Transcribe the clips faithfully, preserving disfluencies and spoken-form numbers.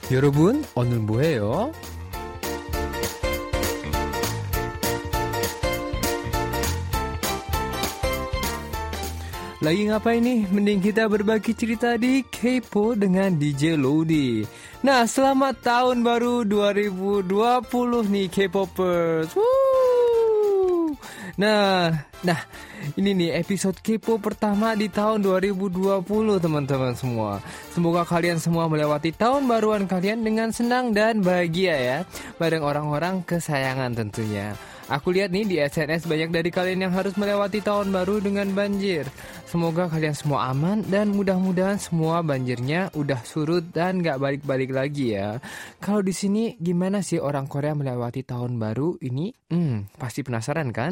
여러분, 오늘 뭐해요? Lagi ngapain nih? Mending kita berbagi cerita di Kepo dengan D J Lodi. Nah, selamat tahun baru dua ribu dua puluh nih K-popers. Woo! Nah, nah ini nih episode Kepo pertama di tahun dua ribu dua puluh teman-teman semua. Semoga kalian semua melewati tahun baruan kalian dengan senang dan bahagia ya. Bareng orang-orang kesayangan tentunya. Aku lihat nih di S N S banyak dari kalian yang harus melewati tahun baru dengan banjir. Semoga kalian semua aman dan mudah-mudahan semua banjirnya udah surut dan gak balik-balik lagi ya. Kalau di sini gimana sih orang Korea melewati tahun baru ini? Hmm, pasti penasaran kan?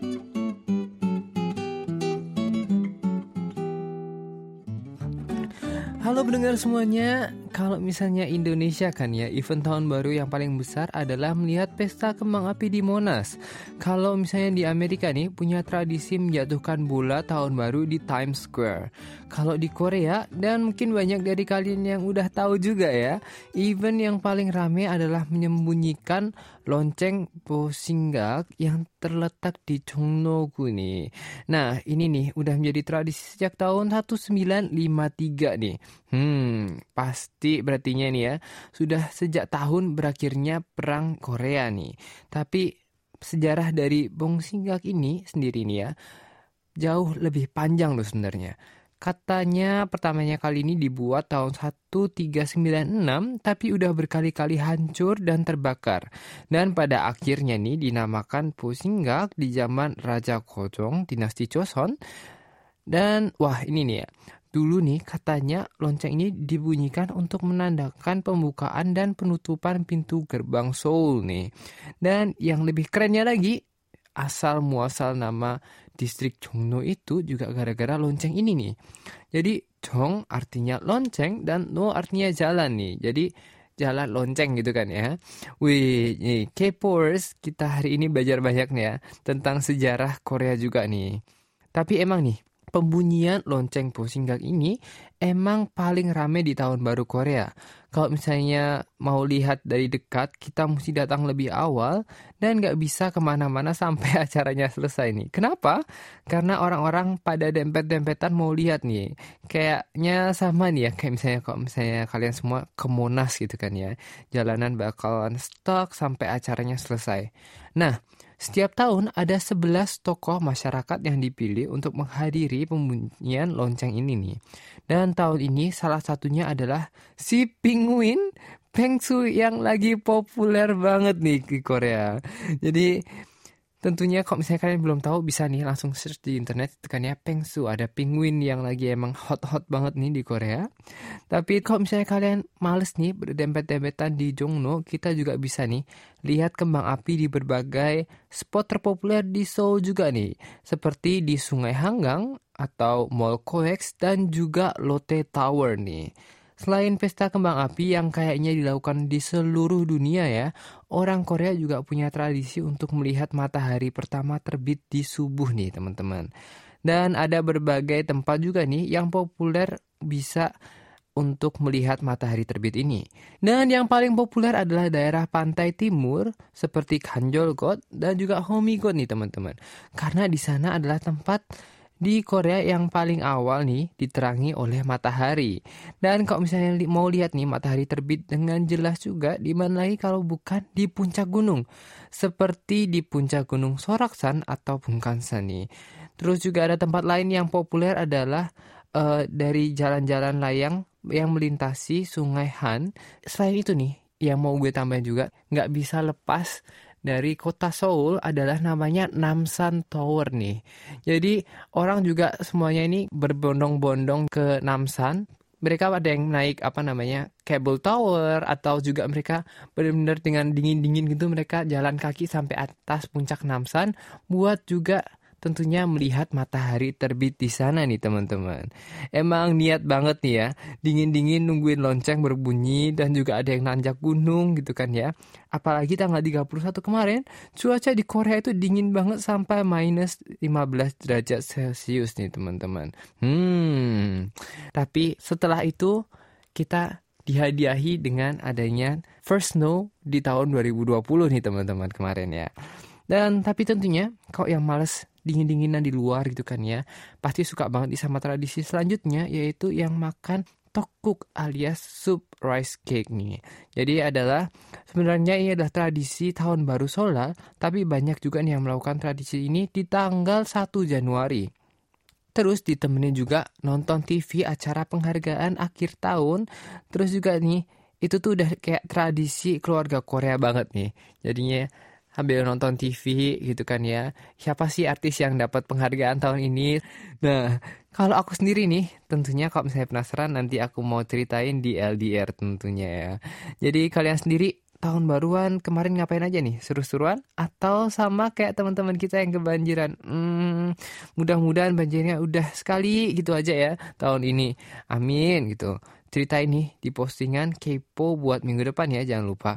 Halo pendengar semuanya, kalau misalnya Indonesia kan ya, event tahun baru yang paling besar adalah melihat pesta kembang api di Monas. Kalau misalnya di Amerika nih, punya tradisi menjatuhkan bola tahun baru di Times Square. Kalau di Korea, dan mungkin banyak dari kalian yang udah tahu juga ya, event yang paling rame adalah menyembunyikan lonceng Bosinggak yang terletak di Jongno-gu nih. Nah, ini nih udah menjadi tradisi sejak tahun seribu sembilan ratus lima puluh tiga nih. Hmm, pasti berartinya nih ya, sudah sejak tahun berakhirnya Perang Korea nih. Tapi sejarah dari Bosinggak ini sendiri nih ya, jauh lebih panjang loh sebenarnya. Katanya pertamanya kali ini dibuat tahun seribu tiga ratus sembilan puluh enam, tapi udah berkali-kali hancur dan terbakar. Dan pada akhirnya nih dinamakan Bosinggak di zaman Raja Gojong dinasti Joseon. Dan wah ini nih ya, dulu nih katanya lonceng ini dibunyikan untuk menandakan pembukaan dan penutupan pintu gerbang Seoul nih. Dan yang lebih kerennya lagi, asal muasal nama distrik Jongno itu juga gara-gara lonceng ini nih. Jadi Jong artinya lonceng dan No artinya jalan nih. Jadi jalan lonceng gitu kan ya. Wih, nih K-popers, kita hari ini belajar banyak nih ya tentang sejarah Korea juga nih. Tapi emang nih, pembunyian lonceng Bosinggak ini emang paling rame di tahun baru Korea. Kalau misalnya mau lihat dari dekat, kita mesti datang lebih awal dan gak bisa kemana-mana sampai acaranya selesai nih. Kenapa? Karena orang-orang pada dempet-dempetan mau lihat nih. Kayaknya sama nih ya, kayak misalnya kalau misalnya kalian semua ke Monas gitu kan ya. Jalanan bakalan stuck sampai acaranya selesai. Nah, setiap tahun ada sebelas tokoh masyarakat yang dipilih untuk menghadiri pembunyian lonceng ini nih. Dan tahun ini salah satunya adalah si Penguin Pengsu yang lagi populer banget nih di Korea. Jadi tentunya kalau misalnya kalian belum tahu bisa nih langsung search di internet, tekan ya Pengsu, ada penguin yang lagi emang hot-hot banget nih di Korea. Tapi kalau misalnya kalian males nih berdempet-dempetan di Jongno, kita juga bisa nih lihat kembang api di berbagai spot terpopuler di Seoul juga nih, seperti di Sungai Hanggang atau Mall Coex dan juga Lotte Tower nih. Selain pesta kembang api yang kayaknya dilakukan di seluruh dunia ya, orang Korea juga punya tradisi untuk melihat matahari pertama terbit di subuh nih teman-teman. Dan ada berbagai tempat juga nih yang populer bisa untuk melihat matahari terbit ini. Dan yang paling populer adalah daerah pantai timur seperti Ganjol-got dan juga Homi-got nih teman-teman. Karena di sana adalah tempat di Korea yang paling awal nih diterangi oleh matahari. Dan kalau misalnya li- mau lihat nih matahari terbit dengan jelas juga, di mana lagi kalau bukan di puncak gunung, seperti di puncak gunung Soraksan atau Bungkansan nih. Terus juga ada tempat lain yang populer adalah uh, dari jalan-jalan layang yang melintasi Sungai Han. Selain itu nih, yang mau gue tambahin juga, nggak bisa lepas dari kota Seoul adalah namanya Namsan Tower nih. Jadi orang juga semuanya ini berbondong-bondong ke Namsan. Mereka ada yang naik apa namanya cable tower, atau juga mereka benar-benar dengan dingin-dingin gitu mereka jalan kaki sampai atas puncak Namsan buat juga tentunya melihat matahari terbit di sana nih teman-teman. Emang niat banget nih ya, dingin-dingin nungguin lonceng berbunyi dan juga ada yang nanjak gunung gitu kan ya. Apalagi tanggal tiga puluh satu kemarin, cuaca di Korea itu dingin banget sampai minus lima belas derajat Celcius nih teman-teman. Hmm, tapi setelah itu kita dihadiahi dengan adanya first snow di tahun dua ribu dua puluh nih teman-teman kemarin ya. Dan tapi tentunya kalau yang males dingin-dinginan di luar gitu kan ya, pasti suka banget nih sama tradisi selanjutnya, yaitu yang makan tteokguk alias soup rice cake nih. Jadi adalah sebenarnya ini adalah tradisi tahun baru Seoul, tapi banyak juga nih yang melakukan tradisi ini di tanggal satu Januari. Terus ditemenin juga nonton T V acara penghargaan akhir tahun. Terus juga nih, itu tuh udah kayak tradisi keluarga Korea banget nih. Jadinya sambil nonton T V gitu kan ya. Siapa sih artis yang dapat penghargaan tahun ini? Nah, kalau aku sendiri nih, tentunya kalau misalnya penasaran nanti aku mau ceritain di L D R tentunya ya. Jadi kalian sendiri tahun baruan kemarin ngapain aja nih? Seru-seruan? Atau sama kayak teman-teman kita yang kebanjiran? Hmm, mudah-mudahan banjirnya udah sekali gitu aja ya tahun ini. Amin gitu. Ceritain nih di postingan Kepo buat minggu depan ya, jangan lupa.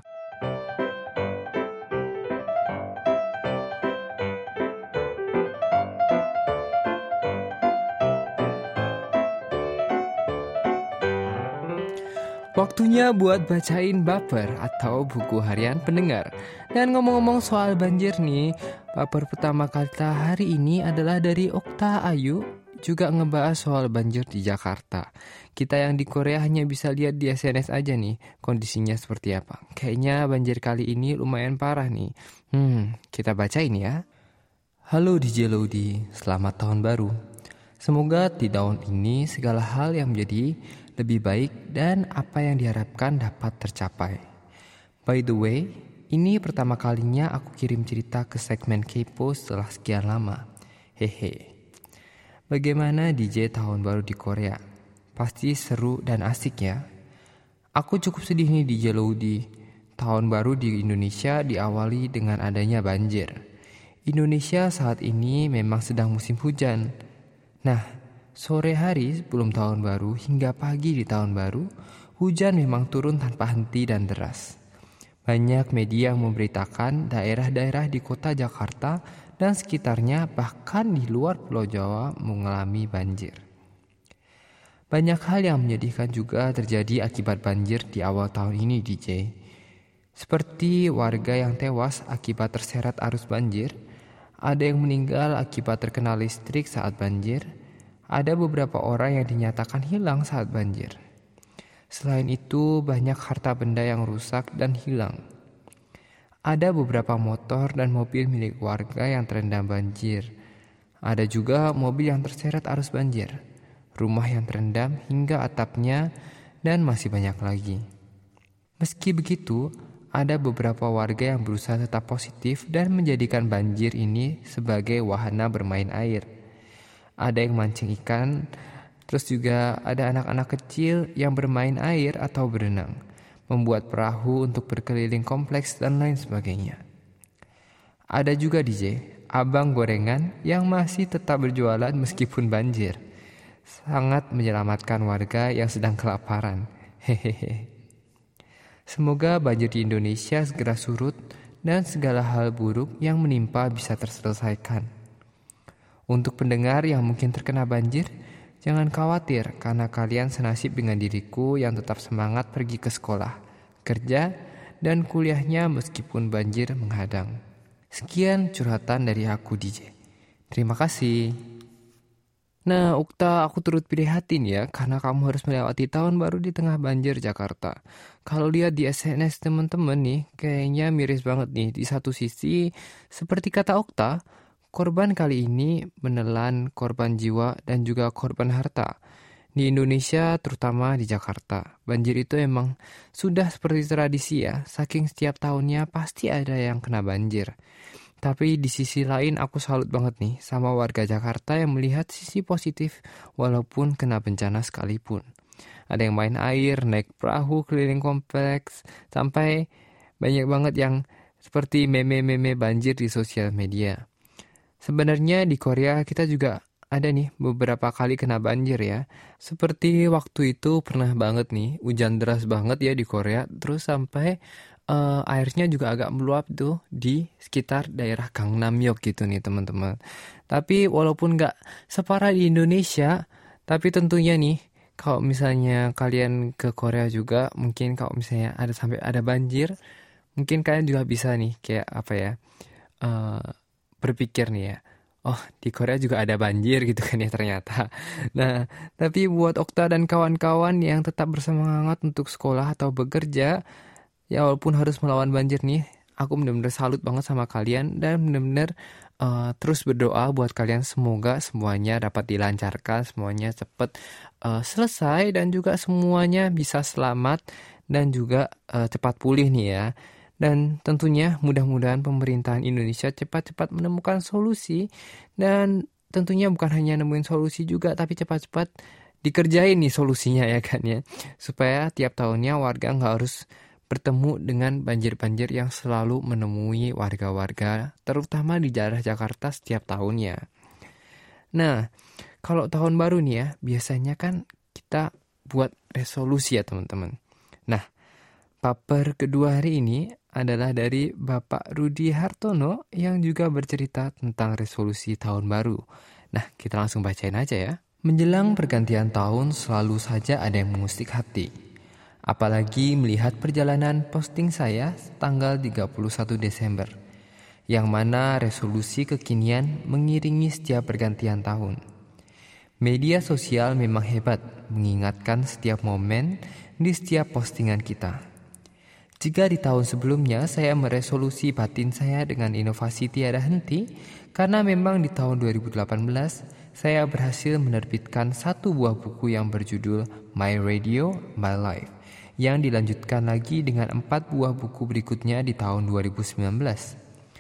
Waktunya buat bacain Baper atau buku harian pendengar. Dan ngomong-ngomong soal banjir nih, Baper pertama kita hari ini adalah dari Okta Ayu, juga ngebahas soal banjir di Jakarta. Kita yang di Korea hanya bisa lihat di S N S aja nih, kondisinya seperti apa. Kayaknya banjir kali ini lumayan parah nih. Hmm, kita bacain ya. Halo D J Lodi, selamat tahun baru. Semoga di tahun ini segala hal yang menjadi lebih baik dan apa yang diharapkan dapat tercapai. By the way, ini pertama kalinya aku kirim cerita ke segmen Kepo setelah sekian lama. Hehe. Bagaimana D J tahun baru di Korea? Pasti seru dan asik ya. Aku cukup sedih nih D J Lodi. Tahun baru di Indonesia diawali dengan adanya banjir. Indonesia saat ini memang sedang musim hujan. Nah, sore hari sebelum tahun baru hingga pagi di tahun baru, hujan memang turun tanpa henti dan deras. Banyak media yang memberitakan daerah-daerah di kota Jakarta dan sekitarnya bahkan di luar Pulau Jawa mengalami banjir. Banyak hal yang menyedihkan juga terjadi akibat banjir di awal tahun ini D J. Seperti warga yang tewas akibat terseret arus banjir, ada yang meninggal akibat terkena listrik saat banjir, ada beberapa orang yang dinyatakan hilang saat banjir. Selain itu, banyak harta benda yang rusak dan hilang. Ada beberapa motor dan mobil milik warga yang terendam banjir. Ada juga mobil yang terseret arus banjir, rumah yang terendam hingga atapnya, dan masih banyak lagi. Meski begitu, ada beberapa warga yang berusaha tetap positif dan menjadikan banjir ini sebagai wahana bermain air. Ada yang mancing ikan, terus juga ada anak-anak kecil yang bermain air atau berenang, membuat perahu untuk berkeliling kompleks dan lain sebagainya. Ada juga D J, abang gorengan yang masih tetap berjualan meskipun banjir. Sangat menyelamatkan warga yang sedang kelaparan. Hehehe. Semoga banjir di Indonesia segera surut dan segala hal buruk yang menimpa bisa terselesaikan. Untuk pendengar yang mungkin terkena banjir, jangan khawatir karena kalian senasib dengan diriku yang tetap semangat pergi ke sekolah, kerja, dan kuliahnya meskipun banjir menghadang. Sekian curhatan dari aku D J. Terima kasih. Nah, Ukta, aku turut prihatin ya karena kamu harus melewati tahun baru di tengah banjir Jakarta. Kalau lihat di S N S teman-teman nih, kayaknya miris banget nih. Di satu sisi, seperti kata Ukta, korban kali ini menelan korban jiwa dan juga korban harta. Di Indonesia, terutama di Jakarta, banjir itu emang sudah seperti tradisi ya. Saking setiap tahunnya pasti ada yang kena banjir. Tapi di sisi lain aku salut banget nih sama warga Jakarta yang melihat sisi positif walaupun kena bencana sekalipun. Ada yang main air, naik perahu keliling kompleks, sampai banyak banget yang seperti meme-meme banjir di sosial media. Sebenarnya di Korea kita juga ada nih beberapa kali kena banjir ya. Seperti waktu itu pernah banget nih hujan deras banget ya di Korea. Terus sampai uh, airnya juga agak meluap tuh di sekitar daerah Gangnam-yeok gitu nih teman-teman. Tapi walaupun gak separah di Indonesia, tapi tentunya nih kalau misalnya kalian ke Korea juga, mungkin kalau misalnya ada sampai ada banjir, mungkin kalian juga bisa nih kayak apa ya, uh, berpikir nih ya, oh di Korea juga ada banjir gitu kan ya ternyata. Nah, tapi buat Okta dan kawan-kawan yang tetap bersemangat untuk sekolah atau bekerja, ya walaupun harus melawan banjir nih, aku benar-benar salut banget sama kalian dan benar-benar uh, terus berdoa buat kalian, semoga semuanya dapat dilancarkan, semuanya cepat uh, selesai dan juga semuanya bisa selamat dan juga uh, cepat pulih nih ya. Dan tentunya mudah-mudahan pemerintahan Indonesia cepat-cepat menemukan solusi, dan tentunya bukan hanya nemuin solusi juga, tapi cepat-cepat dikerjain nih solusinya ya kan ya. Supaya tiap tahunnya warga nggak harus bertemu dengan banjir-banjir yang selalu menemui warga-warga, terutama di daerah Jakarta setiap tahunnya. Nah, kalau tahun baru nih ya, biasanya kan kita buat resolusi ya teman-teman. Nah, paper kedua hari ini adalah dari Bapak Rudi Hartono yang juga bercerita tentang resolusi tahun baru. Nah, kita langsung bacain aja ya. Menjelang pergantian tahun selalu saja ada yang mengusik hati. Apalagi melihat perjalanan posting saya tanggal tiga puluh satu Desember, yang mana resolusi kekinian mengiringi setiap pergantian tahun. Media sosial memang hebat mengingatkan setiap momen di setiap postingan kita. Jika di tahun sebelumnya saya meresolusi batin saya dengan inovasi tiada henti, karena memang di tahun dua ribu delapan belas saya berhasil menerbitkan satu buah buku yang berjudul My Radio, My Life, yang dilanjutkan lagi dengan empat buah buku berikutnya di tahun dua ribu sembilan belas.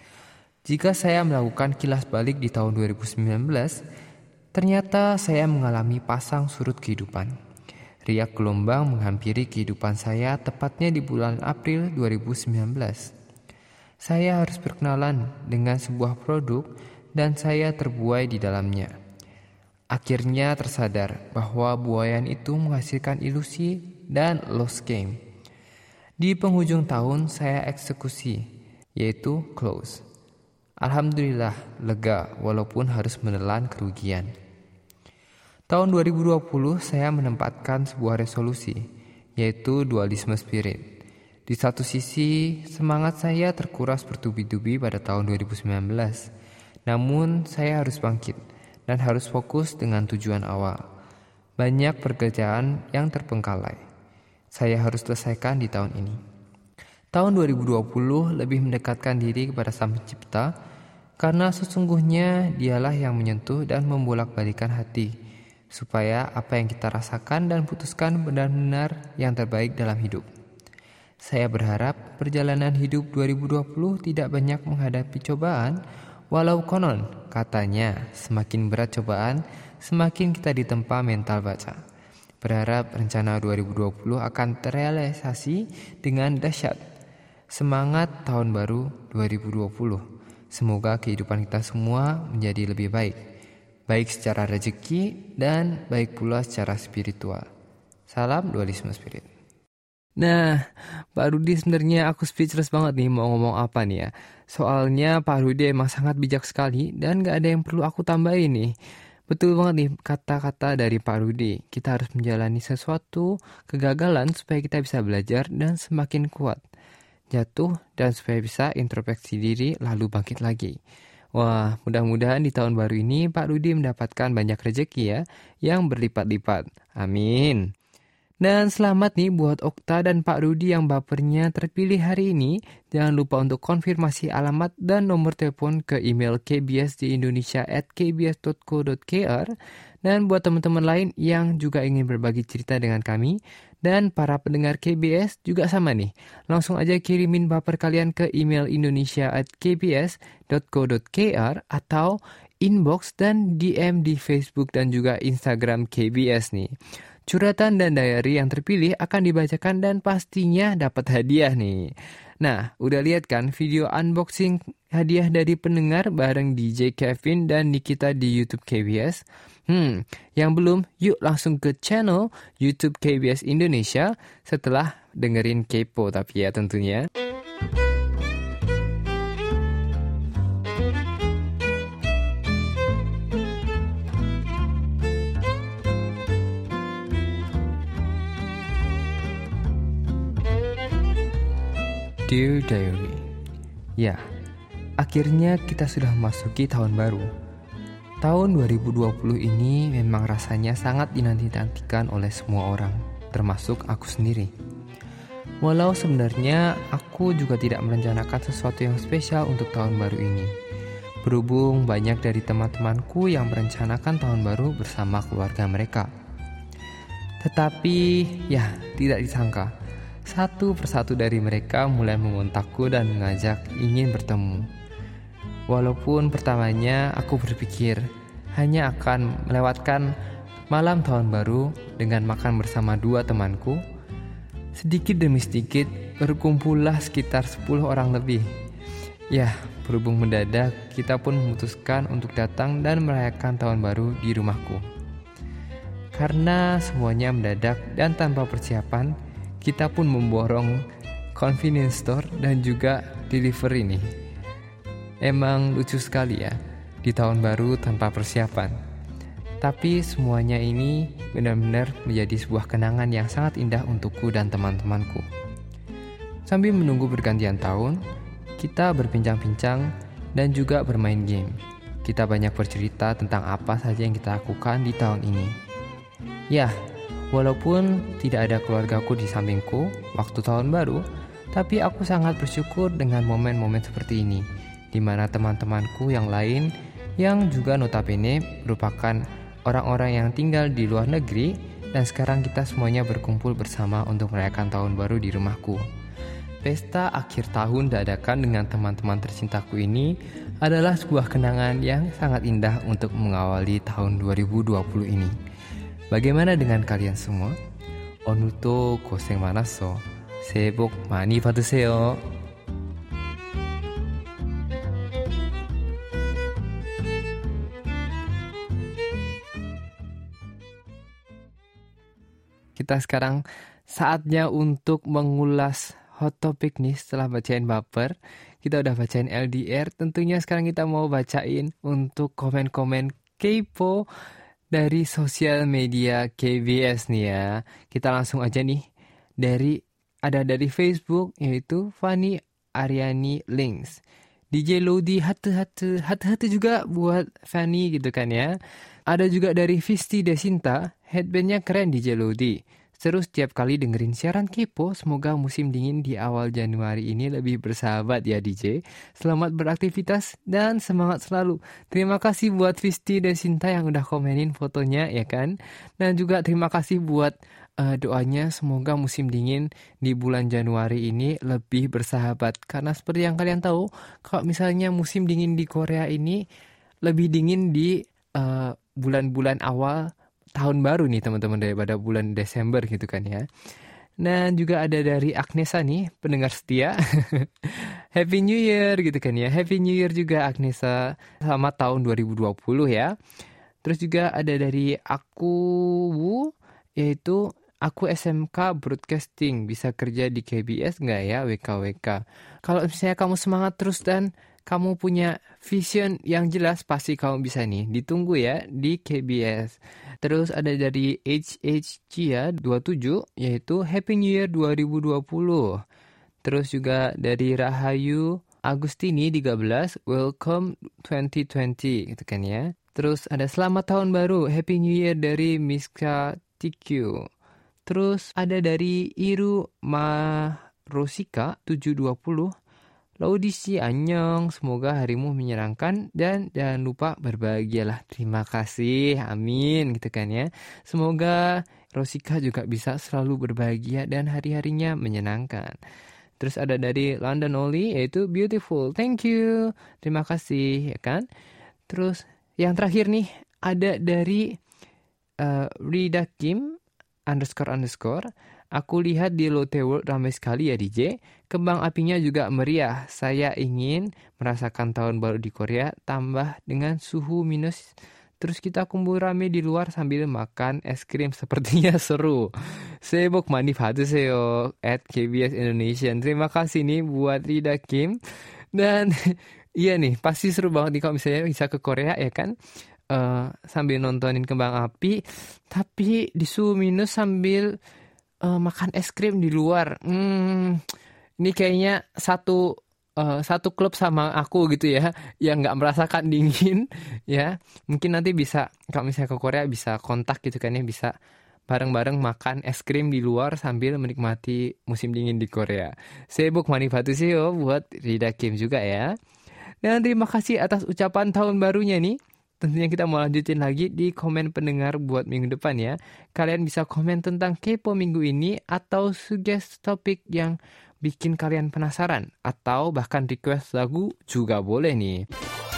Jika saya melakukan kilas balik di tahun dua ribu sembilan belas, ternyata saya mengalami pasang surut kehidupan. Riak gelombang menghampiri kehidupan saya tepatnya di bulan April dua ribu sembilan belas. Saya harus berkenalan dengan sebuah produk dan saya terbuai di dalamnya. Akhirnya tersadar bahwa buaian itu menghasilkan ilusi dan lost game. Di penghujung tahun saya eksekusi, yaitu close. Alhamdulillah lega walaupun harus menelan kerugian. Tahun dua ribu dua puluh saya menempatkan sebuah resolusi, yaitu dualisme spirit. Di satu sisi, semangat saya terkuras bertubi-tubi pada tahun dua ribu sembilan belas. Namun, saya harus bangkit dan harus fokus dengan tujuan awal. Banyak pekerjaan yang terbengkalai. Saya harus selesaikan di tahun ini. Tahun dua ribu dua puluh lebih mendekatkan diri kepada Sang Pencipta, karena sesungguhnya Dialah yang menyentuh dan membolak-balikan hati, supaya apa yang kita rasakan dan putuskan benar-benar yang terbaik dalam hidup. Saya berharap perjalanan hidup dua ribu dua puluh tidak banyak menghadapi cobaan, walau konon katanya semakin berat cobaan, semakin kita ditempa mental baja. Berharap rencana dua ribu dua puluh akan terrealisasi dengan dahsyat. Semangat tahun baru dua ribu dua puluh. Semoga kehidupan kita semua menjadi lebih baik. Baik secara rezeki dan baik pula secara spiritual. Salam dualisme spirit. Nah, Pak Rudi sebenarnya aku speechless banget nih mau ngomong apa nih ya. Soalnya Pak Rudi emang sangat bijak sekali dan gak ada yang perlu aku tambahin nih. Betul banget nih kata-kata dari Pak Rudi. Kita harus menjalani sesuatu kegagalan supaya kita bisa belajar dan semakin kuat. Jatuh dan supaya bisa introspeksi diri lalu bangkit lagi. Wah, mudah-mudahan di tahun baru ini Pak Rudi mendapatkan banyak rezeki ya, yang berlipat-lipat. Amin. Dan selamat nih buat Okta dan Pak Rudi yang bapernya terpilih hari ini. Jangan lupa untuk konfirmasi alamat dan nomor telepon ke email k b s di indonesia at k b s dot co dot k r. Dan buat teman-teman lain yang juga ingin berbagi cerita dengan kami dan para pendengar K B S juga sama nih. Langsung aja kirimin baper kalian ke email indonesia at k b s dot co dot k r atau inbox dan D M di Facebook dan juga Instagram K B S nih. Curhatan dan diary yang terpilih akan dibacakan dan pastinya dapat hadiah nih. Nah, udah lihat kan video unboxing hadiah dari pendengar bareng D J Kevin dan Nikita di YouTube K B S? Hmm, yang belum, yuk langsung ke channel YouTube K B S Indonesia setelah dengerin Kepo tapi ya tentunya. Dear Diary. Ya, akhirnya kita sudah memasuki tahun baru. Tahun dua ribu dua puluh ini memang rasanya sangat dinanti-nantikan oleh semua orang, termasuk aku sendiri. Walau sebenarnya aku juga tidak merencanakan sesuatu yang spesial untuk tahun baru ini. Berhubung banyak dari teman-temanku yang merencanakan tahun baru bersama keluarga mereka. Tetapi, ya, tidak disangka, satu persatu dari mereka mulai mengontakku dan mengajak ingin bertemu. Walaupun pertamanya aku berpikir hanya akan melewatkan malam tahun baru dengan makan bersama dua temanku, sedikit demi sedikit berkumpullah sekitar sepuluh orang lebih. Ya, berhubung mendadak, kita pun memutuskan untuk datang dan merayakan tahun baru di rumahku. Karena semuanya mendadak dan tanpa persiapan, kita pun memborong convenience store dan juga delivery nih. Emang lucu sekali ya, di tahun baru tanpa persiapan. Tapi semuanya ini benar-benar menjadi sebuah kenangan yang sangat indah untukku dan teman-temanku. Sambil menunggu bergantian tahun, kita berbincang-bincang dan juga bermain game. Kita banyak bercerita tentang apa saja yang kita lakukan di tahun ini. Ya, walaupun tidak ada keluargaku di sampingku waktu tahun baru, tapi aku sangat bersyukur dengan momen-momen seperti ini, di mana teman-temanku yang lain yang juga notabene merupakan orang-orang yang tinggal di luar negeri, dan sekarang kita semuanya berkumpul bersama untuk merayakan tahun baru di rumahku. Pesta akhir tahun dadakan dengan teman-teman tercintaku ini adalah sebuah kenangan yang sangat indah untuk mengawali tahun dua ribu dua puluh ini. Bagaimana dengan kalian semua? 오늘도 고생 많았어. 새해 복 많이 받으세요. Kita sekarang saatnya untuk mengulas hot topic nih setelah bacain baper. Kita udah bacain L D R, tentunya sekarang kita mau bacain untuk komen-komen kepo dari sosial media K B S nih ya. Kita langsung aja nih. Dari ada dari Facebook yaitu Fanny Aryani Links. D J Lodi hati-hati hati-hati juga buat Fanny gitu kan ya. Ada juga dari Visti Desinta, headbandnya keren D J Lodi. Terus setiap kali dengerin siaran kepo, semoga musim dingin di awal Januari ini lebih bersahabat ya D J. Selamat beraktivitas dan semangat selalu. Terima kasih buat Visti Desinta yang udah komenin fotonya ya kan. Dan juga terima kasih buat uh, doanya semoga musim dingin di bulan Januari ini lebih bersahabat. Karena seperti yang kalian tahu, kalau misalnya musim dingin di Korea ini lebih dingin di uh, bulan-bulan awal tahun baru nih teman-teman daripada bulan Desember gitu kan ya. Dan juga ada dari Agnesa nih, pendengar setia. Happy New Year gitu kan ya. Happy New Year juga Agnesa. Selamat tahun dua ribu dua puluh ya. Terus juga ada dari aku, yaitu aku S M K Broadcasting, bisa kerja di K B S nggak ya W K W K. Kalau misalnya kamu semangat terus dan kamu punya vision yang jelas, pasti kamu bisa nih. Ditunggu ya di K B S. Terus ada dari H H G ya dua puluh tujuh, yaitu Happy New Year dua ribu dua puluh. Terus juga dari Rahayu Agustini tiga belas, Welcome dua ribu dua puluh gitu kan ya. Terus ada Selamat Tahun Baru, Happy New Year dari Miska T Q. Terus ada dari Iru Marosika tujuh dua puluh. Laudisi anyong, semoga harimu menyenangkan dan jangan lupa berbahagialah. Terima kasih, amin gitu kan ya. Semoga Rosika juga bisa selalu berbahagia dan hari-harinya menyenangkan. Terus ada dari London Oli, yaitu beautiful, thank you, terima kasih ya kan. Terus yang terakhir nih ada dari uh, Rida Kim underscore underscore. Aku lihat di Lotte World ramai sekali ya D J. Kembang apinya juga meriah. Saya ingin merasakan tahun baru di Korea tambah dengan suhu minus. Terus kita kumpul rame di luar sambil makan es krim, sepertinya seru. 새해 복 많이 받으세요 at K B S Indonesia. Terima kasih nih buat Rida Kim. Dan iya nih, pasti seru banget nih kalau misalnya bisa ke Korea ya kan. Uh, sambil nontonin kembang api, tapi di suhu minus sambil Uh, makan es krim di luar. Hmm, ini kayaknya satu uh, satu klub sama aku gitu ya, yang nggak merasakan dingin ya. Mungkin nanti bisa kalau misalnya ke Korea bisa kontak gitu kan ya, bisa bareng-bareng makan es krim di luar sambil menikmati musim dingin di Korea. Sebok mani 받으세요 buat Rida Kim juga ya. Dan terima kasih atas ucapan tahun barunya nih. Tentunya kita mau lanjutin lagi di komen pendengar buat minggu depan ya. Kalian bisa komen tentang kepo minggu ini atau suggest topik yang bikin kalian penasaran. Atau bahkan request lagu juga boleh nih.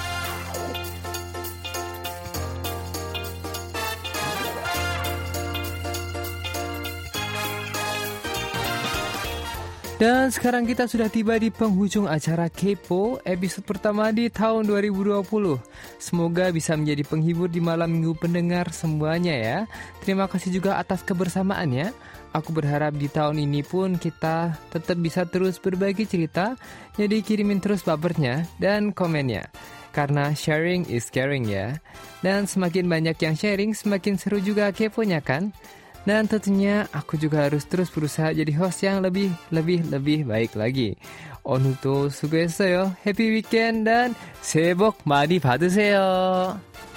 Dan sekarang kita sudah tiba di penghujung acara Kepo episode pertama di tahun dua ribu dua puluh. Semoga bisa menjadi penghibur di malam minggu pendengar semuanya ya. Terima kasih juga atas kebersamaannya. Aku berharap di tahun ini pun kita tetap bisa terus berbagi cerita. Jadi kirimin terus bapernya dan komennya. Karena sharing is caring ya. Dan semakin banyak yang sharing, semakin seru juga keponya kan? Dan tentunya aku juga harus terus berusaha jadi host yang lebih, lebih, lebih baik lagi. 오늘도 수고했어요. Happy weekend dan 새해 복 많이 받으세요.